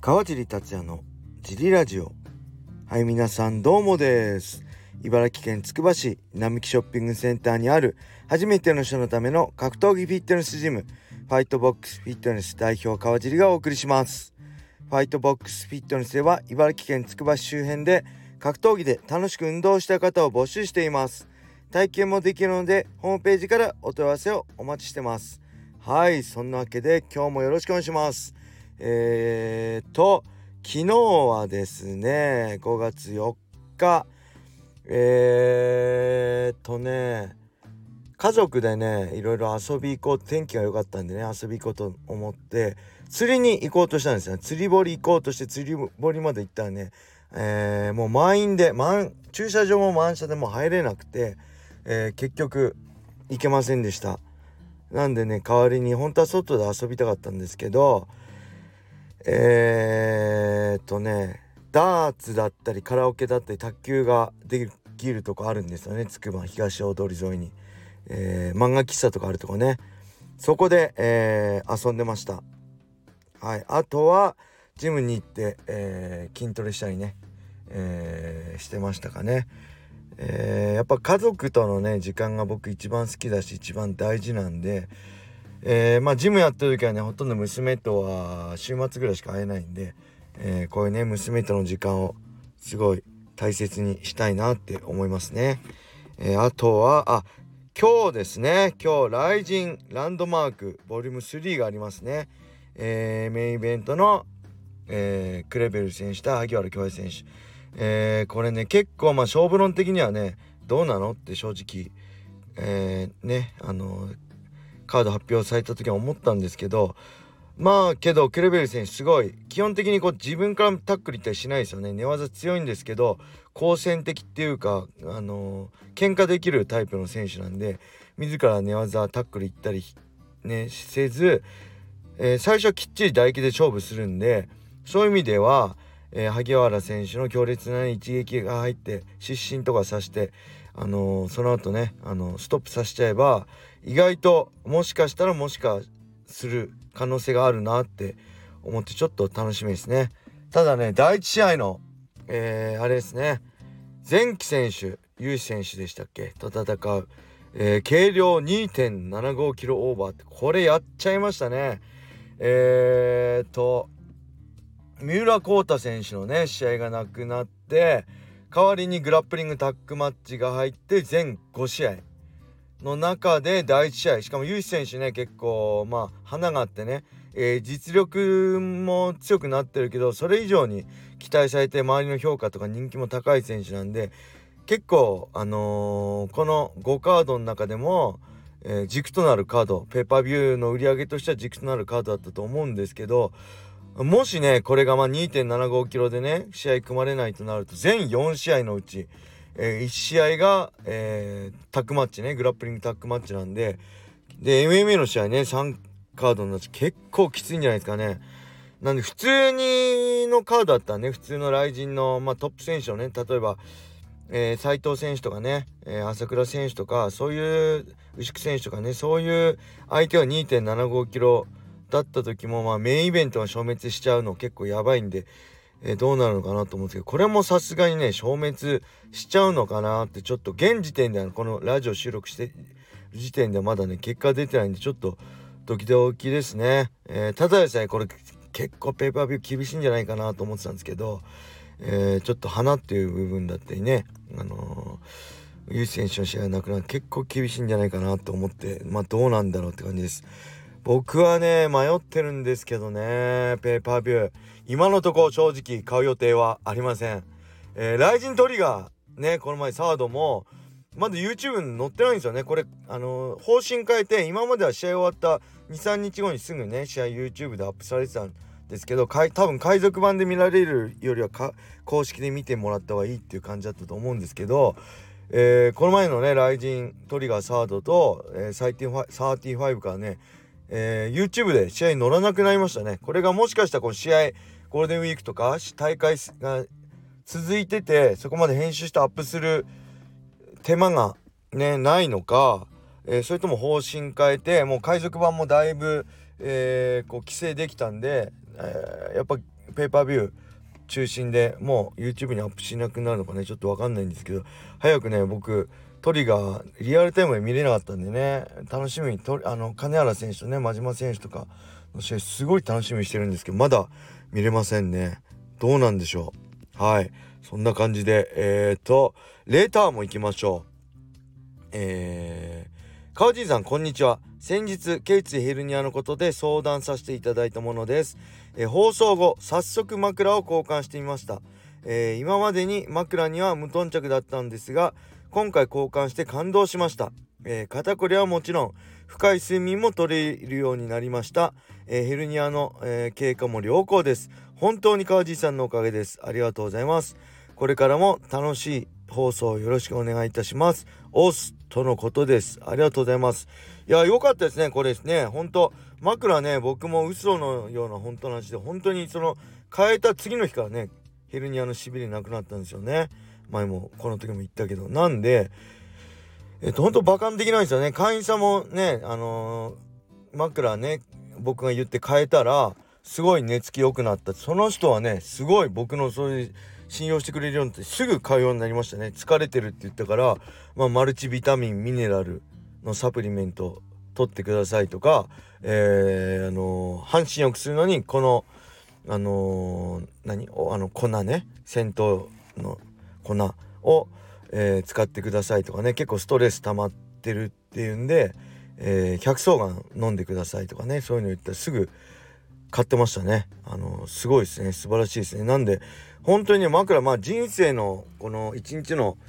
川尻達也のジリラジオ。はい、皆さんどうもです。茨城県つくば市並木ショッピングセンターにある初めての人のための格闘技フィットネスジム、ファイトボックスフィットネス代表川尻がお送りします。ファイトボックスフィットネスでは茨城県つくば市周辺で格闘技で楽しく運動したい方を募集しています。体験もできるのでホームページからお問い合わせをお待ちしてます。はい、そんなわけで今日もよろしくお願いします。昨日はですね、5月4日、家族でね、いろいろ遊び行こう、天気が良かったんでね、遊び行こうと思って釣りに行こうとしたんですよ。釣り堀行こうとして釣り堀まで行ったらね、もう満員で駐車場も満車でもう入れなくて、結局行けませんでした。なんでね、代わりに本当は外で遊びたかったんですけど、ダーツだったりカラオケだったり卓球ができるとこあるんですよね、つくば東大通り沿いに。漫画喫茶とかあるとこね、そこで、遊んでました。はい、あとはジムに行って、筋トレしたりね、してましたかね。やっぱ家族とのね時間が僕一番好きだし一番大事なんで、ジムやってる時はねほとんど娘とは週末ぐらいしか会えないんで、こういうね娘との時間をすごい大切にしたいなって思いますね。あとは今日ですね、今日ライジンランドマークボリューム3がありますね。メインイベントの、クレベル選手と萩原恭平選手、これね結構勝負論的にはねどうなのって正直、カード発表された時は思ったんですけど、けどクレベル選手すごい基本的にこう自分からタックルいったりしないですよね。寝技強いんですけど好戦的っていうか喧嘩できるタイプの選手なんで、自ら寝技タックルいったりねせず、最初はきっちり唾液で勝負するんで、そういう意味では萩原選手の強烈な、一撃が入って失神とかさして、その後ねストップさせちゃえば意外ともしかする可能性があるなって思ってちょっと楽しみですね。ただね第一試合の、あれですね、前期選手ユウシ選手でしたっけと戦う、軽量 2.75 キロオーバーってこれやっちゃいましたね。三浦航太選手のね試合がなくなって代わりにグラップリングタッグマッチが入って全5試合の中で第1試合、しかもユーシ選手ね結構花があってね、実力も強くなってるけどそれ以上に期待されて周りの評価とか人気も高い選手なんで、結構この5カードの中でも、軸となるカード、ペーパービューの売り上げとしては軸となるカードだったと思うんですけど、もしねこれが2.75 キロでね試合組まれないとなると全4試合のうち、1試合が、タッグマッチね、グラップリングタッグマッチなんで、MMA の試合ね3カードになって結構きついんじゃないですかね。なんで普通のカードだったらね、普通のライジンの、トップ選手のね、例えば斉藤選手とかね、朝倉選手とかそういう牛久選手とかね、そういう相手は 2.75 キロだった時もメインイベントが消滅しちゃうの結構やばいんで、どうなるのかなと思うんですけど、これもさすがにね消滅しちゃうのかなってちょっと現時点ではこのラジオ収録してる時点ではまだね結果出てないんでちょっとドキドキですね。ただでさえこれ結構ペーパービュー厳しいんじゃないかなと思ってたんですけど、ちょっと花っていう部分だったりね、ユース選手の試合がなくなる結構厳しいんじゃないかなと思って、どうなんだろうって感じです。僕はね迷ってるんですけどね、ペーパービュー今のところ正直買う予定はありません。ライジントリガーね、この前サードもまだ YouTube に載ってないんですよね。これ方針変えて今までは試合終わった 2,3 日後にすぐね試合 YouTube でアップされてたんですけど、多分海賊版で見られるよりは公式で見てもらった方がいいっていう感じだったと思うんですけど、この前のねライジントリガーサードと、35からねYouTube で試合に乗らなくなりましたね。これがもしかしたらこの試合ゴールデンウィークとか大会が続いててそこまで編集してアップする手間がねないのか、それとも方針変えてもう海賊版もだいぶ、規制できたんで、やっぱペペーパービュー中心でもう YouTube にアップしなくなるのかね、ちょっとわかんないんですけど、早くね僕トリガーリアルタイムで見れなかったんでね、楽しみに金原選手とね真島選手とかの試合すごい楽しみにしてるんですけど、まだ見れませんね。どうなんでしょう。はい、そんな感じでレーターも行きましょう。川地さんこんにちは。先日頸椎ヘルニアのことで相談させていただいたものです。放送後早速枕を交換してみました。今までに枕には無頓着だったんですが、今回交換して感動しました。肩こりはもちろん深い睡眠も取れるようになりました。ヘルニアの、経過も良好です。本当に川地さんのおかげです。ありがとうございます。これからも楽しい放送よろしくお願いいたします。オスとのことです。ありがとうございます。いや良かったですね。これですね、本当枕ね、僕も嘘のような本当の話で、本当に変えた次の日からねヘルニアのしびれなくなったんですよね。前もこの時も言ったけど、なんで本当バカにできないんですよね。会員さんもね枕ね僕が言って変えたらすごい寝つき良くなった。その人はねすごい僕のそういう信用してくれるようになってすぐ買うようになりましたね。疲れてるって言ったから、マルチビタミンミネラルのサプリメント取ってくださいとか、半身浴するのにこの粉ね、銭湯の粉を、使ってくださいとかね、結構ストレス溜まってるっていうんで、百草丸飲んでくださいとかね、そういうの言ったらすぐ買ってましたね。すごいですね、素晴らしいですね。なんで本当にね枕、人生のこの1日の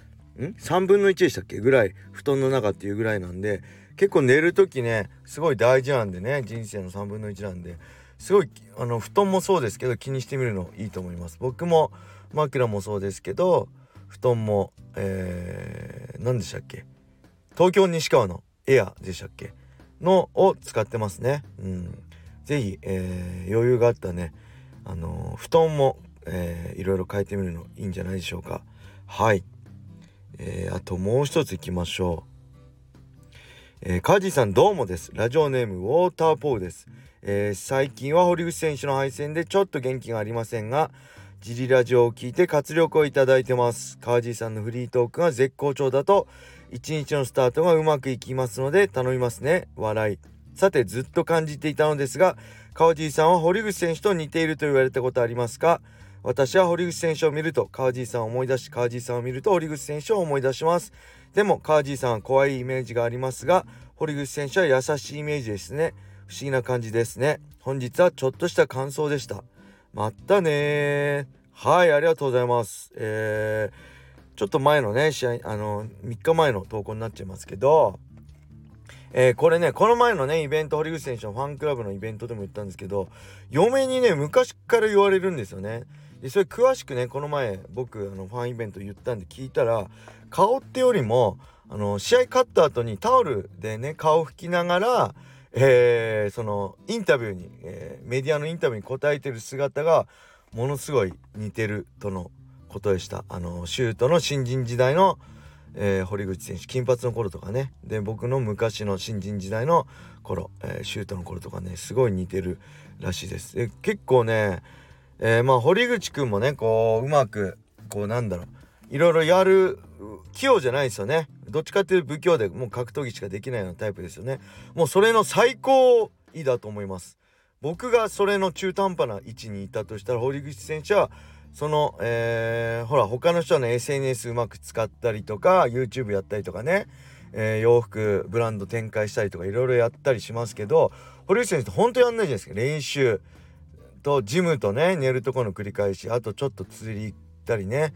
3分の1でしたっけぐらい布団の中っていうぐらいなんで、結構寝る時ねすごい大事なんでね、人生の3分の1なんですごい布団もそうですけど気にしてみるのいいと思います。僕も枕もそうですけど布団も何でしたっけ、東京西川のエアでしたっけのを使ってますね。ぜひ、余裕があったらね布団も、いろいろ変えてみるのいいんじゃないでしょうか。はい、あともう一ついきましょう。カージーさんどうもです。ラジオネームウォーターポールです。最近は堀口選手の敗戦でちょっと元気がありませんが、ジリラジオを聞いて活力をいただいてます。カージーさんのフリートークが絶好調だと一日のスタートがうまくいきますので頼みますね。笑い。さてずっと感じていたのですが、川地さんは堀口選手と似ていると言われたことありますか？私は堀口選手を見ると川地さんを思い出し、川地さんを見ると堀口選手を思い出します。でも川地さんは怖いイメージがありますが、堀口選手は優しいイメージですね。不思議な感じですね。本日はちょっとした感想でした。またね。はい、ありがとうございます。ちょっと前のね試合3日前の投稿になっちゃいますけど、これねこの前のねイベント、堀口選手のファンクラブのイベントでも言ったんですけど、嫁にね昔から言われるんですよね。でそれ詳しくねこの前僕ファンイベント言ったんで聞いたら、顔ってよりも試合勝った後にタオルでね顔拭きながらそのインタビューに、メディアのインタビューに答えてる姿がものすごい似てるとのことでした。シュートの新人時代の堀口選手金髪の頃とかね、で僕の昔の新人時代の頃、シュートの頃とかねすごい似てるらしいです。で結構ね、堀口くんもねこううまくこういろいろやる器用じゃないですよね。どっちかっていうと不器用でもう格闘技しかできないようなタイプですよね。もうそれの最高位だと思います。僕がそれの中途半端な位置にいたとしたら、堀口選手はそのほら他の人の SNS うまく使ったりとか YouTube やったりとかね、洋服ブランド展開したりとかいろいろやったりしますけど、堀口選手って本当やんないじゃないですか。練習とジムとね寝るとこの繰り返し、あとちょっと釣り行ったりね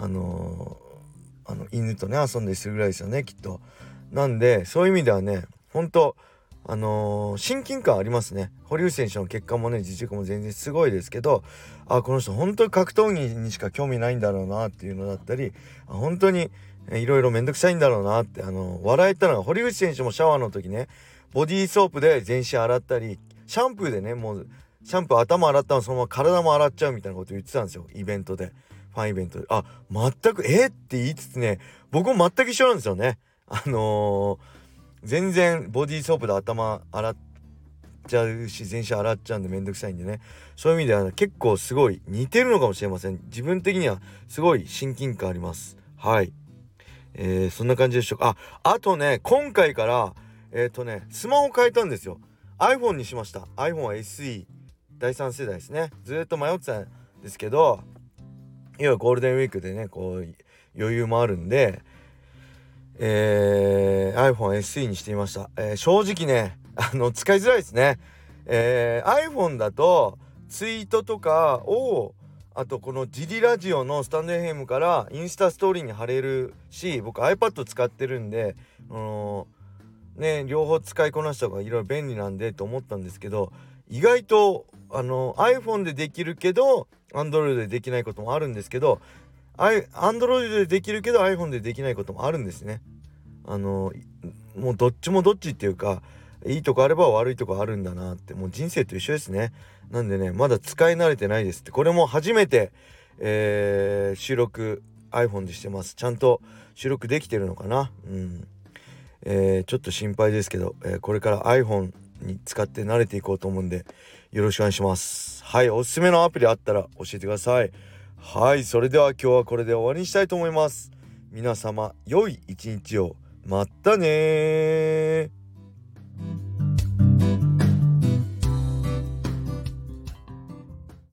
犬とね遊んだりするぐらいですよねきっと。なんでそういう意味ではね本当親近感ありますね。堀内選手の結果もね実力も全然すごいですけど、この人本当に格闘技にしか興味ないんだろうなっていうのだったり、本当にいろいろめんどくさいんだろうなって笑えたのが、堀内選手もシャワーの時ねボディーソープで全身洗ったり、シャンプーでねもうシャンプー頭洗ったらそのまま体も洗っちゃうみたいなこと言ってたんですよ、イベントで、ファンイベントで。全くって言いつつね僕も全く一緒なんですよね。全然ボディーソープで頭洗っちゃうし全身洗っちゃうんでめんどくさいんでね、そういう意味では結構すごい似てるのかもしれません。自分的にはすごい親近感あります。はい、そんな感じでしょうか。あとね、今回からスマホ変えたんですよ。 iPhone にしました。 iPhone は SE 第3世代ですね。ずっと迷ってたんですけど、今ゴールデンウィークでねこう余裕もあるんで、iPhone SE にしてみました。正直ね使いづらいですね。iPhone だとツイートとかをあとこのジリラジオのスタンド FM からインスタストーリーに貼れるし、僕 iPad 使ってるんで両方使いこなした方がいろいろ便利なんでと思ったんですけど、意外とiPhone でできるけど Android でできないこともあるんですけど、Android でできるけど iPhone でできないこともあるんですね。もうどっちもどっちっていうか、いいとこあれば悪いとこあるんだなって、もう人生と一緒ですね。なんでね、まだ使い慣れてないですって。これも初めて、収録 iPhone でしてます。ちゃんと収録できてるのかな。ちょっと心配ですけど、これから iPhone に使って慣れていこうと思うんでよろしくお願いします。はい、おすすめのアプリあったら教えてください。はい、それでは今日はこれで終わりにしたいと思います。皆様良い一日を。またねー。